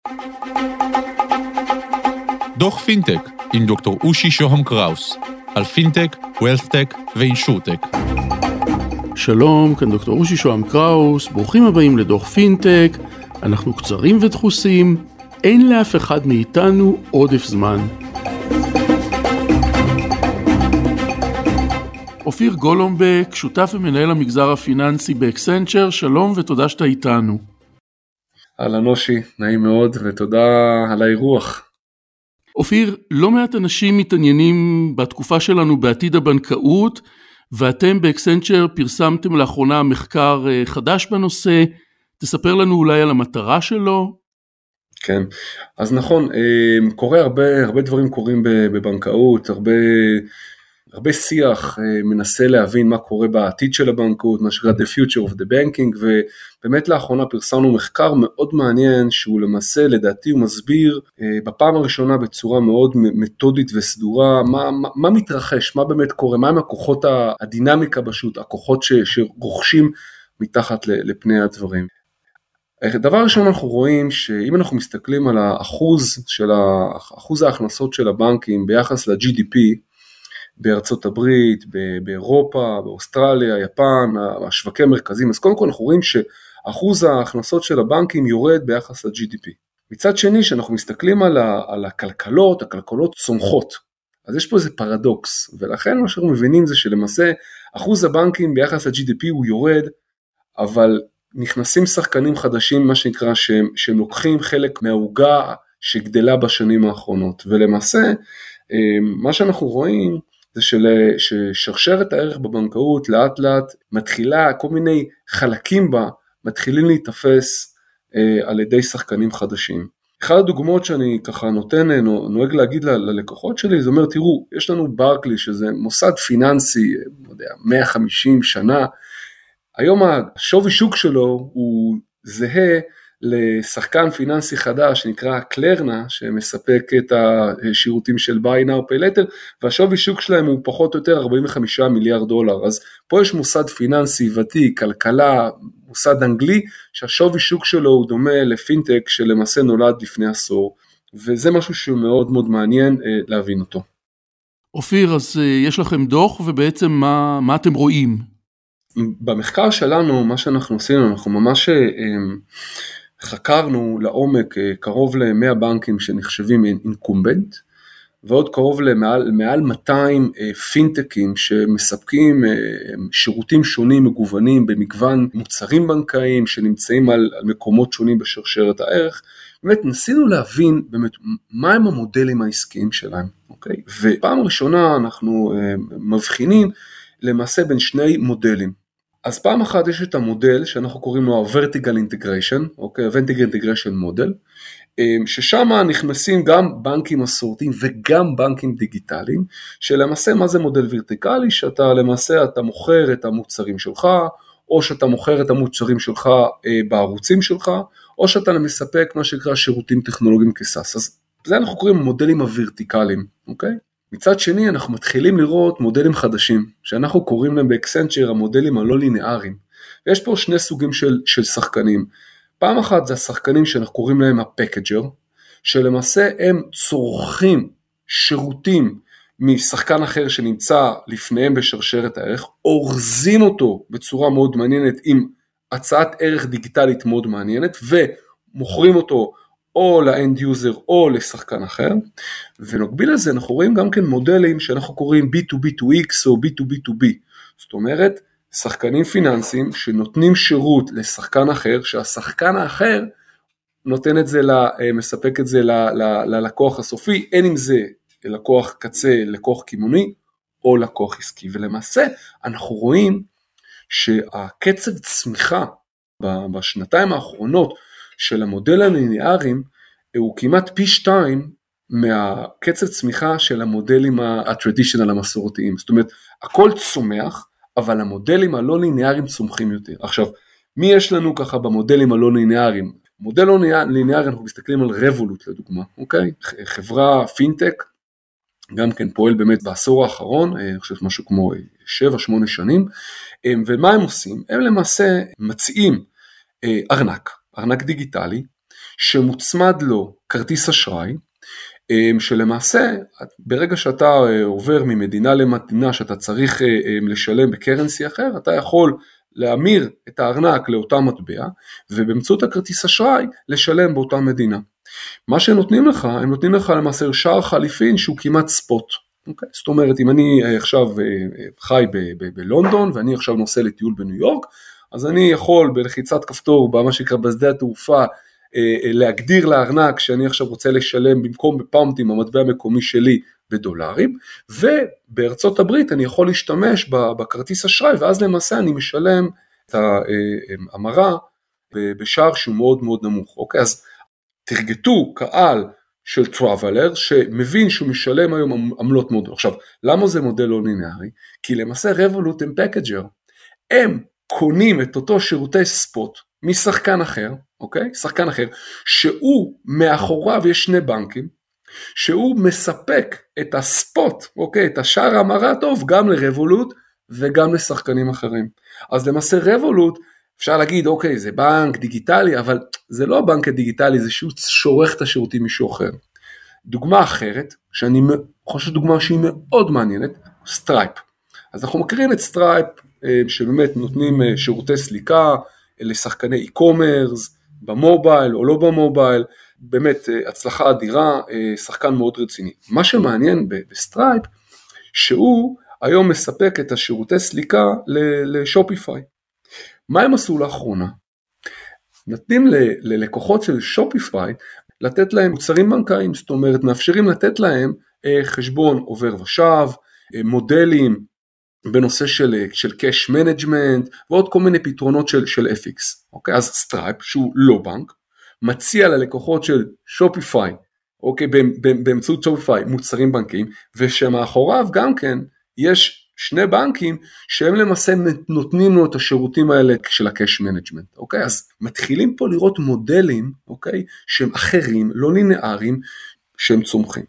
דוח פינטק עם דוקטור אושי שוהם קראוס, על פינטק, ווילת'טק ואינשורטק. שלום, כאן דוקטור אושי שוהם קראוס, ברוכים הבאים לדוח פינטק. אנחנו קצרים ודחוסים, אין לאף אחד מאיתנו עודף זמן. אופיר גולומבק, שותף ומנהל המגזר הפיננסי באקסנצ'ר, שלום ותודה שאתה איתנו. אהלן אושי, נעים מאוד ותודה על האירוח. אופיר, לא מעט אנשים מתעניינים בתקופה שלנו בעתיד הבנקאות, ואתם באקסנצ'ר פרסמתם לאחרונה מחקר חדש בנושא, תספר לנו אולי על המטרה שלו. כן, אז נכון, קורה הרבה דברים קורים בבנקאות, הרבה שיח מנסה להבין מה קורה בעתיד של הבנקאות, מה שקרה The Future of the Banking, ובאמת לאחרונה פרסמנו מחקר מאוד מעניין, שהוא למעשה לדעתי הוא מסביר בפעם הראשונה בצורה מאוד מתודית וסדורה, מה מתרחש, מה באמת קורה, מה הם הכוחות הדינמיקה בשוק, הכוחות שרוכשים מתחת לפני הדברים. דבר ראשון אנחנו רואים שאם אנחנו מסתכלים על אחוז ההכנסות של הבנקים ביחס ל-GDP, בארצות הברית, באירופה, באוסטרליה, יפן, השווקי מרכזיים, אז קודם כל אנחנו רואים שאחוז ההכנסות של הבנקים יורד ביחס ל-GDP. מצד שני, שאנחנו מסתכלים על הכלכלות צומחות, אז יש פה איזה פרדוקס, ולכן מה שאנחנו מבינים זה שלמעשה אחוז הבנקים ביחס ל-GDP הוא יורד, אבל נכנסים שחקנים חדשים, מה שנקרא, שהם לוקחים חלק מהעוגה שגדלה בשנים האחרונות, ולמעשה מה שאנחנו רואים זה ששרשרת הערך בבנקאות לאט לאט מתחילה, כל מיני חלקים בה מתחילים להתאפס על ידי שחקנים חדשים. אחד הדוגמאות שאני ככה נוהג להגיד ללקוחות שלי, זה אומר, תראו, יש לנו ברקלי שזה מוסד פיננסי, 150 שנה, היום השווי שוק שלו הוא זהה לשחקן פיננסי חדש שנקרא קלרנה, שמספק את השירותים של buy now pay later, והשווי שוק שלהם הוא פחות או יותר 45 מיליארד דולר, אז פה יש מוסד פיננסי ותיק, כלכלה, מוסד אנגלי, שהשווי שוק שלו הוא דומה לפינטק שלמעשה נולד לפני עשור, וזה משהו שהוא מאוד מאוד מעניין להבין אותו. אופיר, אז יש לכם דוח, ובעצם מה אתם רואים? במחקר שלנו, מה שאנחנו עשינו, אנחנו ממש חקרנו לעומק קרוב ל-100 בנקים שנחשבים אינקומבנט, ועוד קרוב למעל 200 פינטקים שמספקים שירותים שונים מגוונים במגוון מוצרים בנקאיים שנמצאים על מקומות שונים בשרשרת הערך. באמת ניסינו להבין באמת מה הם המודלים העסקיים שלהם, אוקיי? ופעם ראשונה אנחנו מבחינים למעשה בין שני מודלים. אז פעם אחת יש את המודל שאנחנו קוראים לו ה-Vertical Integration, אוקיי? Vertical Integration Model, ששם נכנסים גם בנקים מסורתיים וגם בנקים דיגיטליים, שלמעשה מה זה מודל ורטיקלי? שאתה למעשה אתה מוכר את המוצרים שלך, או שאתה מוכר את המוצרים שלך בערוצים שלך, או שאתה מספק מה שנקרא שירותים טכנולוגיים כסאס. אז זה אנחנו קוראים מודלים הוורטיקליים, אוקיי? מצד שני אנחנו מתחילים לראות מודלים חדשים, שאנחנו קוראים להם באקסנצ'ר המודלים הלא לינאריים, ויש פה שני סוגים של שחקנים. פעם אחת זה השחקנים שאנחנו קוראים להם הפקג'ר, שלמעשה הם צורכים שירותים משחקן אחר שנמצא לפניהם בשרשרת הערך, אורזים אותו בצורה מאוד מעניינת עם הצעת ערך דיגיטלית מאוד מעניינת, ומוכרים אותו או לאנד יוזר או לשחקן אחר, ונקביל לזה אנחנו רואים גם כן מודלים שאנחנו קוראים B2B2X או B2B2B, זאת אומרת שחקנים פיננסיים שנותנים שירות לשחקן אחר, שהשחקן האחר נותן את זה, מספק את זה ללקוח הסופי, אין אם זה לקוח קצה, לקוח כימוני או לקוח עסקי, ולמעשה אנחנו רואים שהקצב צמיחה בשנתיים האחרונות של המודל הליניאריים הוא כמעט פי 2 מהקצב צמיחה של המודלים הטרדישיונל המסורתיים. זאת אומרת, הכל צומח, אבל המודלים הלא ליניאריים צומחים יותר. עכשיו, מי יש לנו ככה במודלים הלא ליניאריים? מודל לא ליניארי, אנחנו מסתכלים על רבולוט לדוגמה, אוקיי? חברה פינטק, גם כן פועל באמת בעשור האחרון, אני חושב משהו כמו 7-8 שנים, ומה הם עושים? הם למעשה מציעים ארנק דיגיטלי, שמוצמד לו כרטיס אשראי, שלמעשה ברגע שאתה עובר ממדינה למדינה שאתה צריך לשלם בקרנסי אחר, אתה יכול להמיר את הארנק לאותה מטבע, ובאמצעות הכרטיס אשראי לשלם באותה מדינה. מה שנותנים לך, הם נותנים לך למעשה שער חליפין שהוא כמעט ספוט. אוקיי? זאת אומרת, אם אני עכשיו חי בלונדון, ואני עכשיו נוסע לטיול בניו יורק, אז אני יכול בלחיצת כפתור, במה שנקרא בשדה התעופה, להגדיר לארנק שאני עכשיו רוצה לשלם במקום בפאונדים, המטבע המקומי שלי בדולרים, ובארצות הברית אני יכול להשתמש בכרטיס אשראי, ואז למעשה אני משלם את ההמרה בשער שהוא מאוד מאוד נמוך. אוקיי, אז תרגטו קהל של טראבלר, שמבין שהוא משלם היום עמלות מאוד. עכשיו, למה זה מודל לא לינארי? כי למעשה רבולוט הם פקאג'ר, הם קונים את אותו שירותי ספוט משחקן אחר, אוקיי? שחקן אחר, שהוא מאחוריו יש שני בנקים, שהוא מספק את הספוט, אוקיי? את השער ההמרה הטוב גם לרבולוט וגם לשחקנים אחרים. אז למעשה רבולוט, אפשר להגיד, אוקיי, זה בנק דיגיטלי, אבל זה לא הבנק הדיגיטלי, זה שהוא שורח את השירותים מישהו אחר. דוגמה אחרת, שאני חושב דוגמה שהיא מאוד מעניינת, סטרייפ. אז אנחנו מכירים את סטרייפ, שבאמת נותנים שירותי סליקה לשחקני e-commerce, במובייל או לא במובייל, באמת הצלחה אדירה, שחקן מאוד רציני. מה שמעניין בסטרייפ, שהוא היום מספק את השירותי סליקה לשופיפיי. מה הם עשו לאחרונה? נותנים ללקוחות של שופיפיי, לתת להם מוצרים בנקאיים, זאת אומרת, מאפשרים לתת להם חשבון עובר ושב, מודלים בנושא של cash management, ועוד כל מיני פתרונות של FX. אוקיי? אז סטרייפ, שהוא לא בנק, מציע ללקוחות של שופיפיי, אוקיי, באמצעות שופיפיי, מוצרים בנקיים, ושמאחוריו גם כן, יש שני בנקים שהם למעשה נותנים לו את השירותים האלה של ה-cash management, אוקיי? אז מתחילים פה לראות מודלים, אוקיי, שהם אחרים, לא לינאריים, שהם צומחים.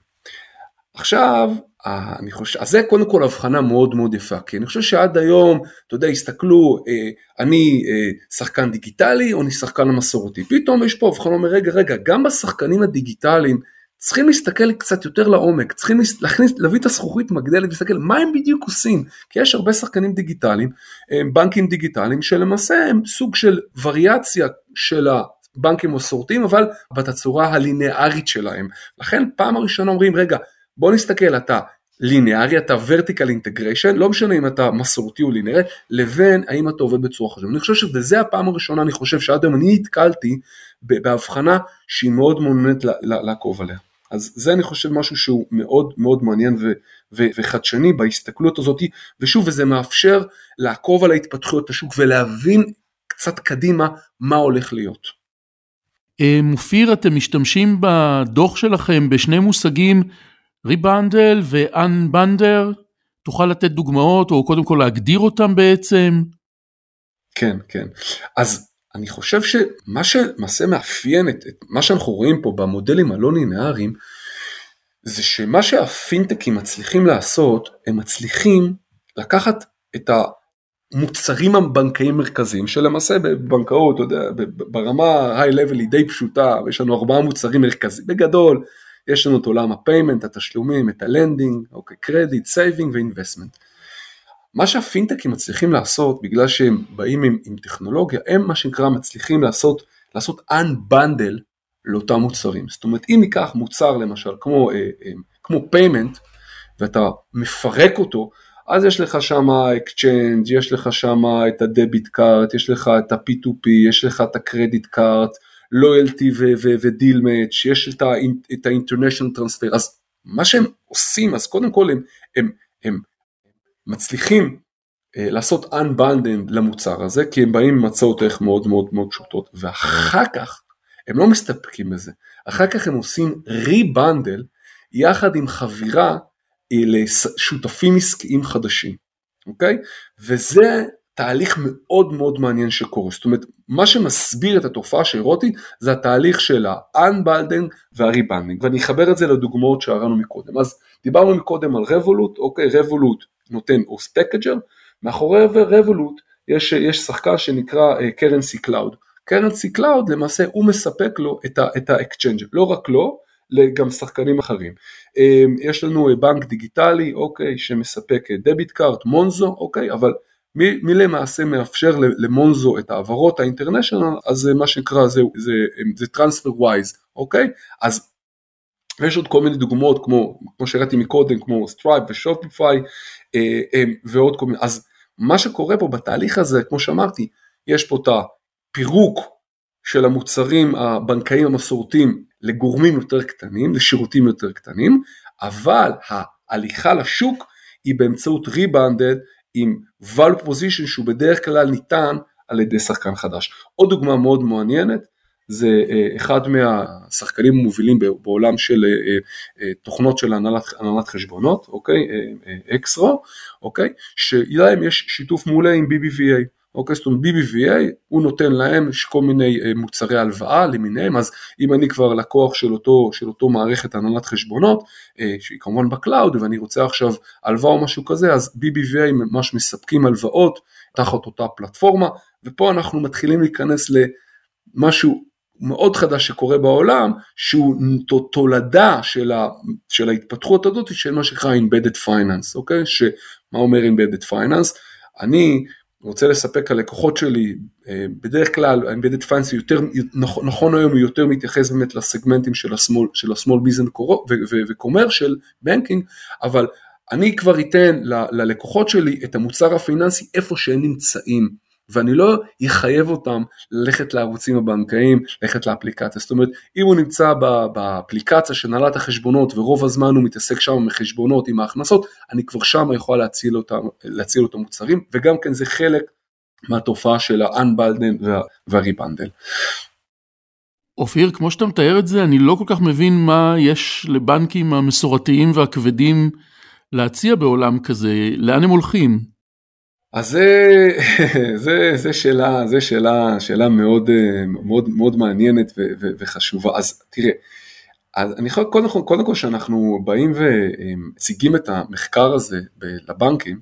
עכשיו, אני חושב, אז זה קודם כל הבחנה מאוד מאוד יפה, כי אני חושב שעד היום, אתה יודע, הסתכלו, אני שחקן דיגיטלי או אני שחקן המסורתי, פתאום יש פה הבחנה, אומר, רגע, גם בשחקנים הדיגיטליים, צריכים להסתכל קצת יותר לעומק, צריכים להביא את הזכוכית מגדלת ולהסתכל מה הם בדיוק עושים, כי יש הרבה שחקנים דיגיטליים, בנקים דיגיטליים, שלמעשה הם סוג של וריאציה של הבנקים מסורתיים, אבל בתצורה הלינארית שלהם. לכן פעם הראשונה אומרים, רגע, בוא נסתכל, אתה לינארי, אתה vertical integration, לא משנה אם אתה מסורתי או לינארי, לבין האם אתה עובד בצורה חשוב. אני חושב שזה הפעם הראשונה, אני חושב שעד היום אני התקלתי בהבחנה שהיא מאוד מעוניינת לעקוב עליה. אז זה אני חושב משהו שהוא מאוד מאוד מעניין וחדשני בהסתכלות הזאת, ושוב, וזה מאפשר לעקוב על ההתפתחויות השוק ולהבין קצת קדימה מה הולך להיות. מופיר, אתם משתמשים בדוח שלכם בשני מושגים, ריבנדל ואנבנדר, תוכל לתת דוגמאות או קודם כל להגדיר אותם בעצם? כן. אז אני חושב שמה שמעשה מאפיין את מה שאנחנו רואים פה במודלים הלא לינאריים, זה שמה שהפינטקים מצליחים לעשות, הם מצליחים לקחת את המוצרים הבנקאיים מרכזיים, שלמעשה בבנקאות, אתה יודע, ברמה high level היא די פשוטה, יש לנו 4 מוצרים מרכזיים, בגדול, יש לנו את עולם הפיימנט, התשלומים, את הלנדינג, אוקיי, קרדיט, סייבינג ואינבסטמנט. מה שהפינטקים מצליחים לעשות, בגלל שהם באים עם טכנולוגיה, הם מה שנקרא מצליחים לעשות unbundle לאותם מוצרים. זאת אומרת, אם ניקח מוצר למשל, כמו פיימנט, ואתה מפרק אותו, אז יש לך שם exchange, יש לך שם את הדביט קארט, יש לך את ה-P2P, יש לך את הקרדיט קארט, לויאלטי ודיל מאץ', יש את ה-international transfer. אז מה שהם עושים, אז קודם כל הם מצליחים לעשות unbundling למוצר הזה, כי הם באים עם הצעות ערך מאוד מאוד מאוד פשוטות, ואחר כך הם לא מסתפקים בזה, אחר כך הם עושים rebundle יחד עם חבירה לשותפים עסקיים חדשים, אוקיי? וזה תהליך מאוד מאוד מעניין שקורה, זאת אומרת, מה שמסביר את התופעה שהראיתי, זה התהליך של ה-unbundling וה-rebundling, ואני אחבר את זה לדוגמאות שהראינו מקודם. אז דיברנו מקודם על רבולוט, אוקיי, רבולוט נותן אוס פקאג'ר, מאחורי רבולוט יש שחקן שנקרא currency cloud. קרנסי קלאוד למעשה הוא מספק לו את האקצ'יינג', לא רק לו, גם שחקנים אחרים. יש לנו בנק דיגיטלי, אוקיי, שמספק דביט קארט, מונזו, אוקיי, אבל מי למעשה מאפשר למונזו את העברות האינטרנשיונל, אז מה שנקרא זה TransferWise, אוקיי? אז יש עוד כל מיני דוגמאות, כמו שהראיתי מקודם, כמו סטרייפ ושופיפיי, ועוד כל מיני, אז מה שקורה פה בתהליך הזה, כמו שאמרתי, יש פה את הפירוק של המוצרים הבנקאיים המסורתיים לגורמים יותר קטנים, לשירותים יותר קטנים, אבל ההליכה לשוק היא באמצעות ריבנדד עם value position שהוא בדרך כלל ניתן על ידי שחקן חדש. עוד דוגמה מאוד מעניינת, זה אחד מהשחקנים המובילים בעולם של תוכנות של הנהלת חשבונות, אוקיי, אקסרו, אוקיי, שלהם יש שיתוף מעולה עם BBVA, אוקיי, זאת אומרת BBVA הוא נותן להם כל מיני מוצרי הלוואה למיניהם, אז אם אני כבר לקוח של אותו מערכת הנהלת חשבונות, שהיא כמובן בקלאוד, ואני רוצה עכשיו הלוואה או משהו כזה, אז BBVA ממש מספקים הלוואות תחת אותה פלטפורמה, ופה אנחנו מתחילים להיכנס למשהו מאוד חדש שקורה בעולם, שהוא תולדה של ההתפתחות הזאת, של מה שנקרא Embedded Finance, אוקיי? שמה אומר Embedded Finance? אני רוצה לספק הלקוחות שלי, בדרך כלל Embedded Finance יותר, נכון היום הוא יותר מתייחס באמת לסגמנטים של ה-Small Business ו-Commercial Banking, אבל אני כבר אתן ללקוחות שלי את המוצר הפיננסי איפה שהם נמצאים, ואני לא יחייב אותם ללכת לערוצים הבנקאיים, ללכת לאפליקציה. זאת אומרת, אם הוא נמצא באפליקציה של הנהלת החשבונות, ורוב הזמן הוא מתעסק שם עם החשבונות, עם ההכנסות, אני כבר שם יכול להציל אותו מוצרים, וגם כן זה חלק מהתופעה של ה-unbundle וה-rebundle. אופיר, כמו שאתה מתאר את זה, אני לא כל כך מבין מה יש לבנקים המסורתיים והכבדים להציע בעולם כזה, לאן הם הולכים? אז זה שאלה מאוד מעניינת וחשובה. אז תראה, אני חושב קודם כל שאנחנו באים ומציגים את המחקר הזה לבנקים,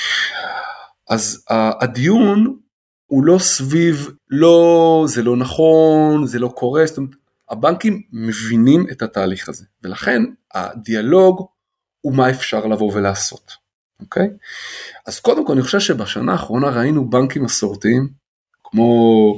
אז הדיון הוא לא סביב, לא, זה לא נכון, זה לא קורה, זאת אומרת, הבנקים מבינים את התהליך הזה, ולכן הדיאלוג הוא מה אפשר לבוא ולעשות, אוקיי? אז קודם כל אני חושב שבשנה האחרונה ראינו בנקים מסורתיים, כמו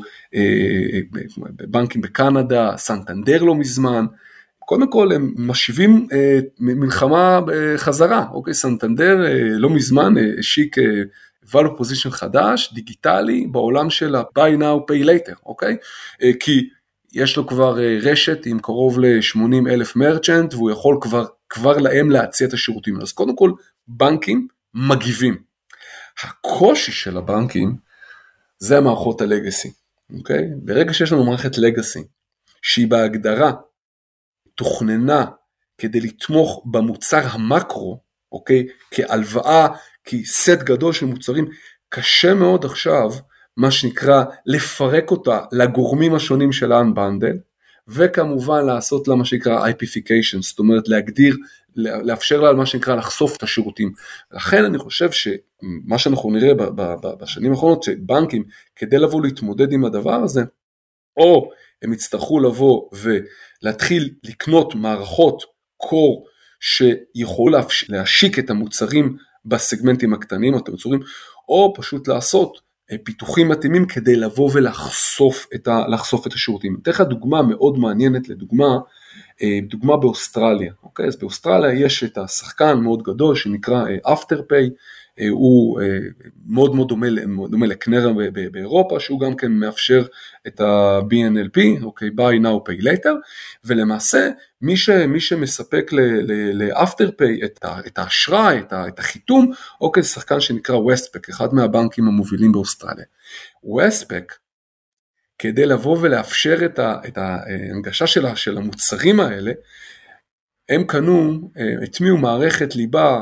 בנקים בקנדה, סנטנדר לא מזמן, קודם כל הם משיבים מלחמה חזרה, אוקיי? סנטנדר לא מזמן השיק value position חדש, דיגיטלי, בעולם של ה-buy now pay later, אוקיי? כי יש לו כבר רשת עם קרוב ל-80,000 מרצ'נט, והוא יכול כבר להם להציע את השירותים. אז קודם כל בנקים מגיבים. הקושי של הבנקים זה המערכות הלגסי, אוקיי? ברגע שיש לנו מערכת לגסי, שהיא בהגדרה תוכננה כדי לתמוך במוצר המקרו, אוקיי? כהלוואה, כסט גדול של מוצרים, קשה מאוד עכשיו, מה שנקרא, לפרק אותה לגורמים השונים של ה-unbundle, וכמובן לעשות לה מה שנקרא IPification, זאת אומרת להגדיר, לאפשר לה מה שנקרא לחשוף את השירותים. לכן אני חושב שמה שאנחנו נראה בשנים האחרונות, שבנקים כדי לבוא להתמודד עם הדבר הזה, או הם יצטרכו לבוא ולהתחיל לקנות מערכות קור שיכול להשיק את המוצרים בסגמנטים הקטנים, או פשוט לעשות פיתוחים מתאימים כדי לבוא ולחשוף את השירותים. אתן לך דוגמה מאוד מעניינת, דוגמה באוסטרליה. אוקיי? אז באוסטרליה יש את השחקן מאוד גדול שנקרא Afterpay, הוא מאוד מאוד דומה לקנרה באירופה, שהוא גם כן מאפשר את ה-BNLP, אוקיי, Buy Now Pay Later, ולמעשה מי שמספק ל-Afterpay את האשראי, את החיתום, אוקיי, זה שחקן שנקרא Westpac, אחד מהבנקים המובילים באוסטרליה. Westpac, כדי לבוא ולאפשר את ההנגשה של המוצרים האלה, הם קנו, התמיעו מערכת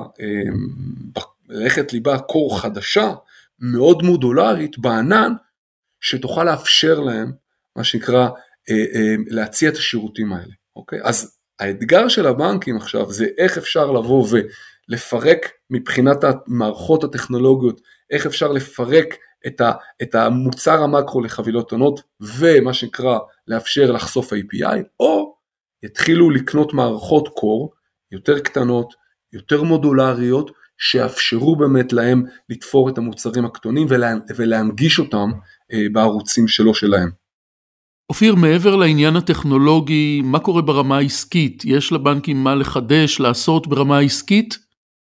ליבה קור חדשה, מאוד מודולרית בענן, שתוכל לאפשר להם, מה שנקרא, להציע את השירותים האלה. אוקיי? אז האתגר של הבנקים עכשיו, זה איך אפשר לבוא ולפרק מבחינת המערכות הטכנולוגיות, איך אפשר לפרק את המוצר המקרו לחבילות עונות, ומה שנקרא לאפשר לחשוף API, או יתחילו לקנות מערכות קור, יותר קטנות, יותר מודולריות, שיאפשרו באמת להם לתפור את המוצרים הקטנים, ולהנגיש אותם בערוצים שלהם. אופיר, מעבר לעניין הטכנולוגי, מה קורה ברמה העסקית? יש לבנקים מה לחדש, לעשות ברמה העסקית?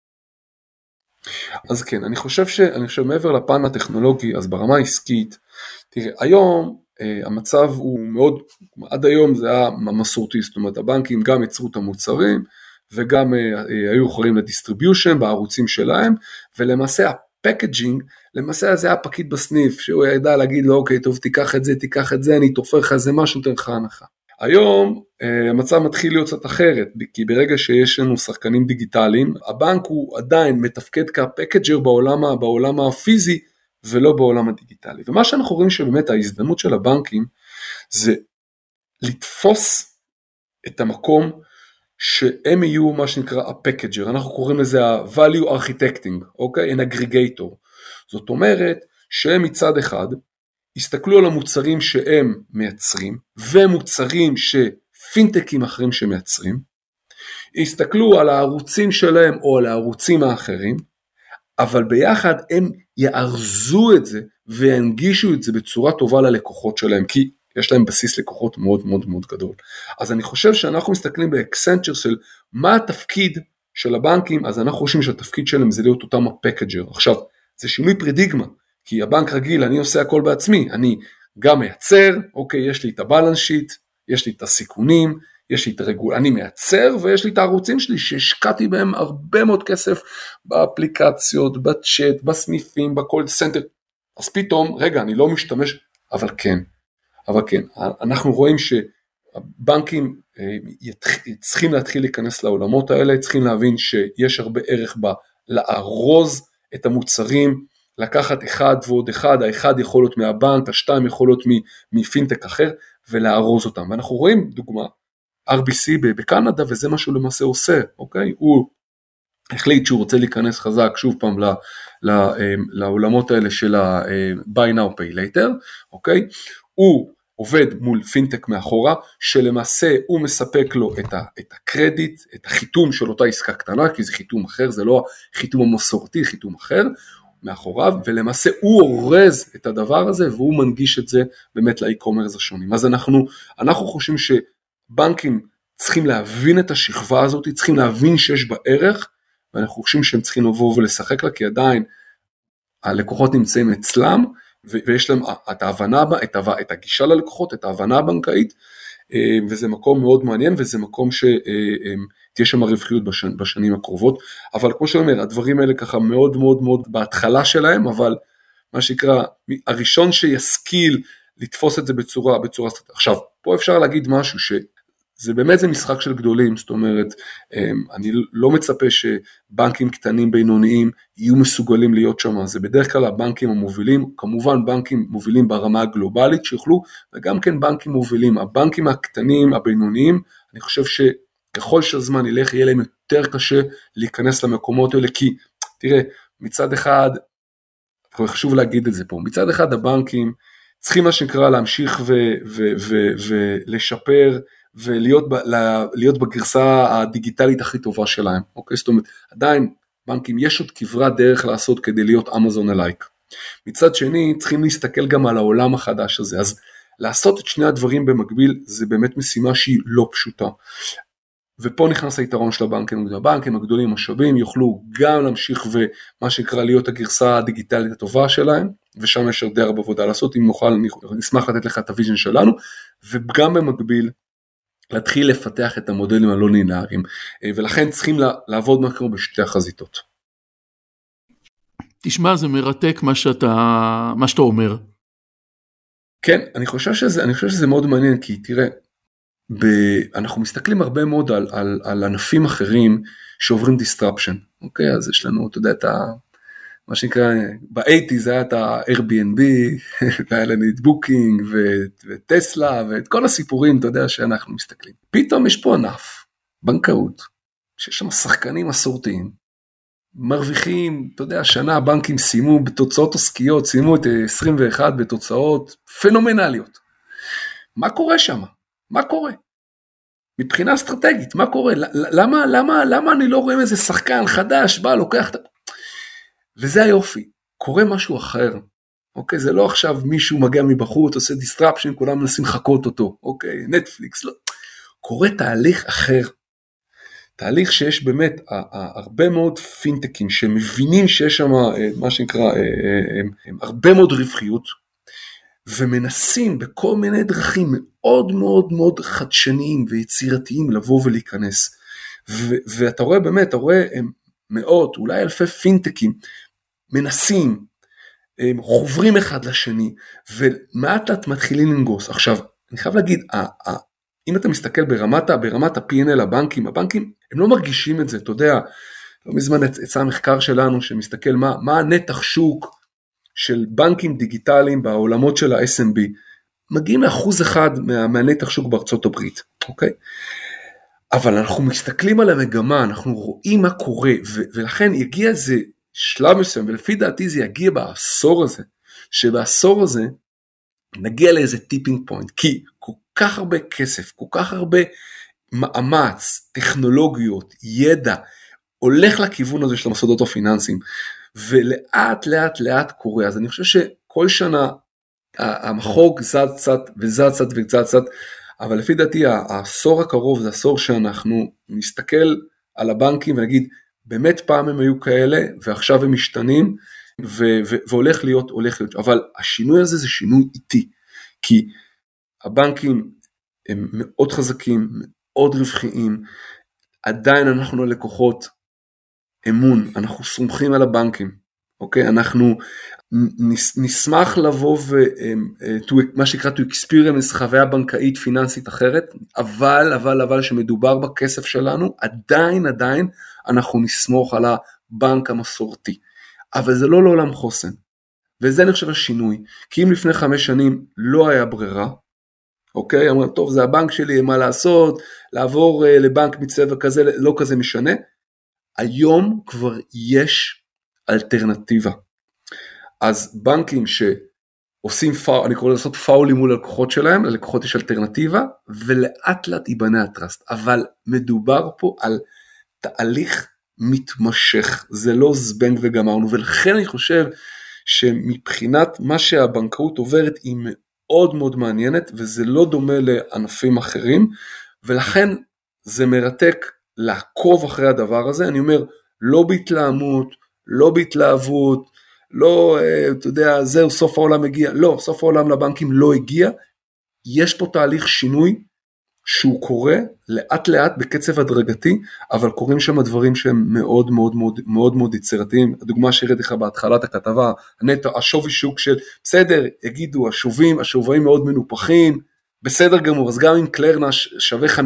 אז כן, אני חושב מעבר לפן הטכנולוגי, אז ברמה העסקית, תראה, היום המצב הוא מאוד, עד היום זה היה מסורתי, זאת אומרת, הבנקים גם יצרו את המוצרים, וגם היו יכולים לדיסטריביושן בערוצים שלהם, ולמעשה הפקג'ינג, למעשה זה היה פקיד בסניף, שהוא ידע להגיד לו, אוקיי, טוב, תיקח את זה, אני תופר לך איזה משהו, תן לך הנחה. היום המצב מתחיל להיות קצת אחרת, כי ברגע שיש לנו שחקנים דיגיטליים, הבנק הוא עדיין מתפקד כפקג'ר בעולם הפיזי, ולא בעולם הדיגיטלי. ומה שאנחנו רואים שבאמת ההזדמנות של הבנקים, זה לתפוס את המקום, שהם יהיו מה שנקרא הפקג'ר, אנחנו קוראים לזה ה-value architecting, אוקיי? an aggregator. זאת אומרת, שהם מצד אחד, הסתכלו על המוצרים שהם מייצרים, ומוצרים שפינטקים אחרים שמייצרים, הסתכלו על הערוצים שלהם או על הערוצים האחרים, אבל ביחד הם יארזו את זה וינגישו את זה בצורה טובה ללקוחות שלהם, כי יש להם בסיס לקוחות מאוד מאוד מאוד גדול. אז אני חושב שאנחנו מסתכלים באקסנצ'ר של מה התפקיד של הבנקים, אז אנחנו חושבים שהתפקיד שלהם זה להיות אותם הפקג'ר. עכשיו, זה שינוי פרדיגמה, כי הבנק רגיל, אני עושה הכל בעצמי, אני גם מייצר, אוקיי, יש לי את הבלנס שיט, יש לי את הסיכונים, יש לי את אני מייצר, ויש לי את הערוצים שלי, שהשקעתי בהם הרבה מאוד כסף, באפליקציות, בצ'אט, בסניפים, בקול סנטר, אז פתאום, רגע, אני לא משתמש, אבל כן, אנחנו רואים שהבנקים צריכים להתחיל להיכנס לעולמות האלה, צריכים להבין שיש הרבה ערך לארוז את המוצרים, לקחת אחד ועוד אחד, האחד יכול להיות מהבנק, השתיים יכול להיות מפינטק אחר, ולארוז אותם. ואנחנו רואים דוגמה, RBC בקנדה, וזה מה שהוא למעשה עושה, אוקיי? הוא החליט שהוא רוצה להיכנס חזק, שוב פעם, לעולמות האלה של ה-Buy Now Pay Later, אוקיי? הוא עובד מול פינטק מאחורה, שלמעשה הוא מספק לו את הקרדיט, את החיתום של אותה עסקה קטנה, כי זה חיתום אחר, זה לא החיתום המסורתי, חיתום אחר, מאחוריו, ולמעשה הוא אורז את הדבר הזה, והוא מנגיש את זה באמת לאי-קומרס השונים. אז אנחנו חושבים שבנקים צריכים להבין את השכבה הזאת, צריכים להבין שיש בה ערך, ואנחנו חושבים שהם צריכים לבוא ולשחק לה, כי עדיין הלקוחות נמצאים אצלם, ויש להם את ההבנה, את הגישה ללקוחות, את ההבנה הבנקאית, וזה מקום מאוד מעניין, וזה מקום שתהיה שם רווחיות בשנים הקרובות, אבל כמו שאומר, הדברים האלה ככה מאוד מאוד מאוד בהתחלה שלהם, אבל מה שנקרא, הראשון שישכיל לתפוס את זה בצורה עכשיו, פה אפשר להגיד משהו זה באמת זה משחק של גדולים, זאת אומרת, אני לא מצפה שבנקים קטנים בינוניים יהיו מסוגלים להיות שם, זה בדרך כלל הבנקים המובילים, כמובן בנקים מובילים ברמה הגלובלית שיוכלו, וגם כן בנקים מובילים, הבנקים הקטנים, הבינוניים, אני חושב שככל שהזמן ילך, יהיה להם יותר קשה להיכנס למקומות האלה, כי תראה, מצד אחד, חשוב להגיד את זה פה, מצד אחד הבנקים צריכים מה שנקרא להמשיך ולשפר, ולהיות בגרסה הדיגיטלית הכי טובה שלהם, אוקיי? זאת אומרת, עדיין בנקים יש עוד כברת דרך לעשות כדי להיות אמזון אלייק. מצד שני, צריכים להסתכל גם על העולם החדש הזה, אז לעשות את שני הדברים במקביל, זה באמת משימה שהיא לא פשוטה. ופה נכנס היתרון של הבנקים, הבנקים הגדולים משאבים יוכלו גם להמשיך ומה שנקרא להיות הגרסה הדיגיטלית הטובה שלהם, ושם יש הרבה עבודה לעשות, אם נוכל, נשמח לתת לך את הוויז'ן שלנו, וגם במקביל, להתחיל לפתח את המודלים הלא לינאריים, ולכן צריכים לעבוד מקרו בשתי החזיתות. תשמע, זה מרתק מה שאתה אומר. כן, אני חושב שזה מאוד מעניין, כי תראה, אנחנו מסתכלים הרבה מאוד על ענפים אחרים שעוברים disruption, אוקיי? אז יש לנו, אתה יודע, מה שנקרא, ב-80 זה היה את ה-Airbnb, והיה לנו את בוקינג, וטסלה, ואת כל הסיפורים, אתה יודע, שאנחנו מסתכלים. פתאום יש פה ענף, בנקאות, שיש שם שחקנים מסורתיים, מרוויחים, אתה יודע, השנה הבנקים סיימו בתוצאות עסקיות, סיימו את 21 בתוצאות פנומנליות. מה קורה שם? מה קורה? מבחינה אסטרטגית, מה קורה? למה אני לא רואה איזה שחקן חדש, בא, לוקח וזה היופי, קורה משהו אחר, אוקיי? זה לא עכשיו מישהו מגיע מבחוץ, עושה דיסטרפשן, כולם מנסים לחכות אותו, אוקיי? נטפליקס, לא. קורה תהליך אחר, תהליך שיש באמת הרבה מאוד פינטקים שמבינים שיש שם מה שנקרא הרבה מאוד רווחיות, ומנסים בכל מיני דרכים מאוד מאוד מאוד חדשניים ויצירתיים לבוא ולהיכנס. ואתה רואה באמת, אתה רואה מאות, אולי אלפי פינטקים מנסים, חוברים אחד לשני, ומעט לאט מתחילים לנגוס. עכשיו, אני חייב להגיד, אם אתה מסתכל ברמת ה-P&L הבנקים הם לא מרגישים את זה, אתה יודע, לא מזמן יצא המחקר שלנו שמסתכל מה הנתח שוק של בנקים דיגיטליים בעולמות של ה-SMB, מגיעים ל1% מהנתח שוק בארצות הברית, אוקיי? אבל אנחנו מסתכלים על המגמה, אנחנו רואים מה קורה, ולכן יגיע איזה שלב מסוים, ולפי דעתי זה יגיע בעשור הזה, שבעשור הזה נגיע לאיזה טיפינג פוינט, כי כל כך הרבה כסף, כל כך הרבה מאמץ, טכנולוגיות, ידע, הולך לכיוון הזה של המוסדות הפיננסיים, ולאט לאט לאט קורה. אז אני חושב שכל שנה המחוג זז קצת וזז קצת וזז קצת, אבל לפי דעתי העשור הקרוב זה עשור שאנחנו נסתכל על הבנקים ונגיד, באמת פעם הם היו כאלה ועכשיו הם משתנים, והולך להיות, אבל השינוי הזה זה שינוי איטי, כי הבנקים הם מאוד חזקים, מאוד רווחיים, עדיין אנחנו לקוחות אמון, אנחנו סומכים על הבנקים, אוקיי? אנחנו נשמח לבוא מה שנקרא to experience חוויה בנקאית פיננסית אחרת, אבל שמדובר בכסף שלנו, עדיין אנחנו נסמוך על הבנק המסורתי, אבל זה לא לעולם חוסן, וזה אני חושב השינוי, כי אם לפני 5 שנים לא היה ברירה, אוקיי? אמרו, טוב, זה הבנק שלי, מה לעשות, לעבור לבנק מצבע כזה, לא כזה משנה, היום כבר יש אלטרנטיבה. אז בנקים שעושים אני קורא לעשות פאולים מול הלקוחות שלהם, ללקוחות יש אלטרנטיבה, ולאט לאט ייבנה הטרסט, אבל מדובר פה על תהליך מתמשך, זה לא זבנג וגמרנו, ולכן אני חושב שמבחינת מה שהבנקאות עוברת היא מאוד מאוד מעניינת, וזה לא דומה לענפים אחרים, ולכן זה מרתק לעקוב אחרי הדבר הזה. אני אומר, לא בהתלהמות, לא בהתלהבות, לא, אתה יודע, זהו, סוף העולם הגיע, לא, סוף העולם לבנקים לא הגיע, יש פה תהליך שינוי, שהוא קורה לאט לאט בקצב הדרגתי, אבל קוראים שם דברים שהם מאוד מאוד מאוד מאוד מאוד יצירתיים. הדוגמה שהראיתי לך בהתחלת הכתבה, השווי שוק של, בסדר, יגידו, השווים מאוד מנופחים, בסדר גמור, אז גם אם קלרנה שווה 50%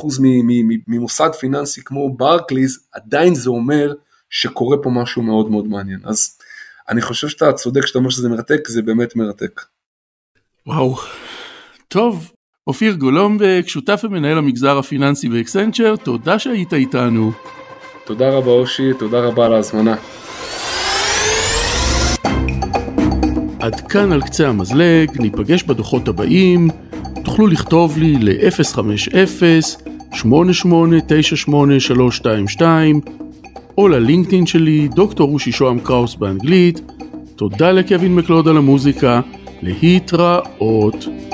ממוסד פיננסי כמו ברקליז, עדיין זה אומר שקורה פה משהו מאוד מאוד מעניין. אז אני חושב שאתה צודק שאתה אומר שזה מרתק, זה באמת מרתק. וואו, טוב. אופיר גולומבק, שותף ומנהל המגזר הפיננסי באקסנצ'ר, תודה שהיית איתנו. תודה רבה אושי, תודה רבה על ההזמנה. עד כאן על קצה המזלג, ניפגש בדוחות הבאים, תוכלו לכתוב לי ל-050-8898-322, או ללינקדאין שלי, דוקטור אושי שוהם קראוס באנגלית. תודה לקווין מקלוד על המוזיקה, להתראות.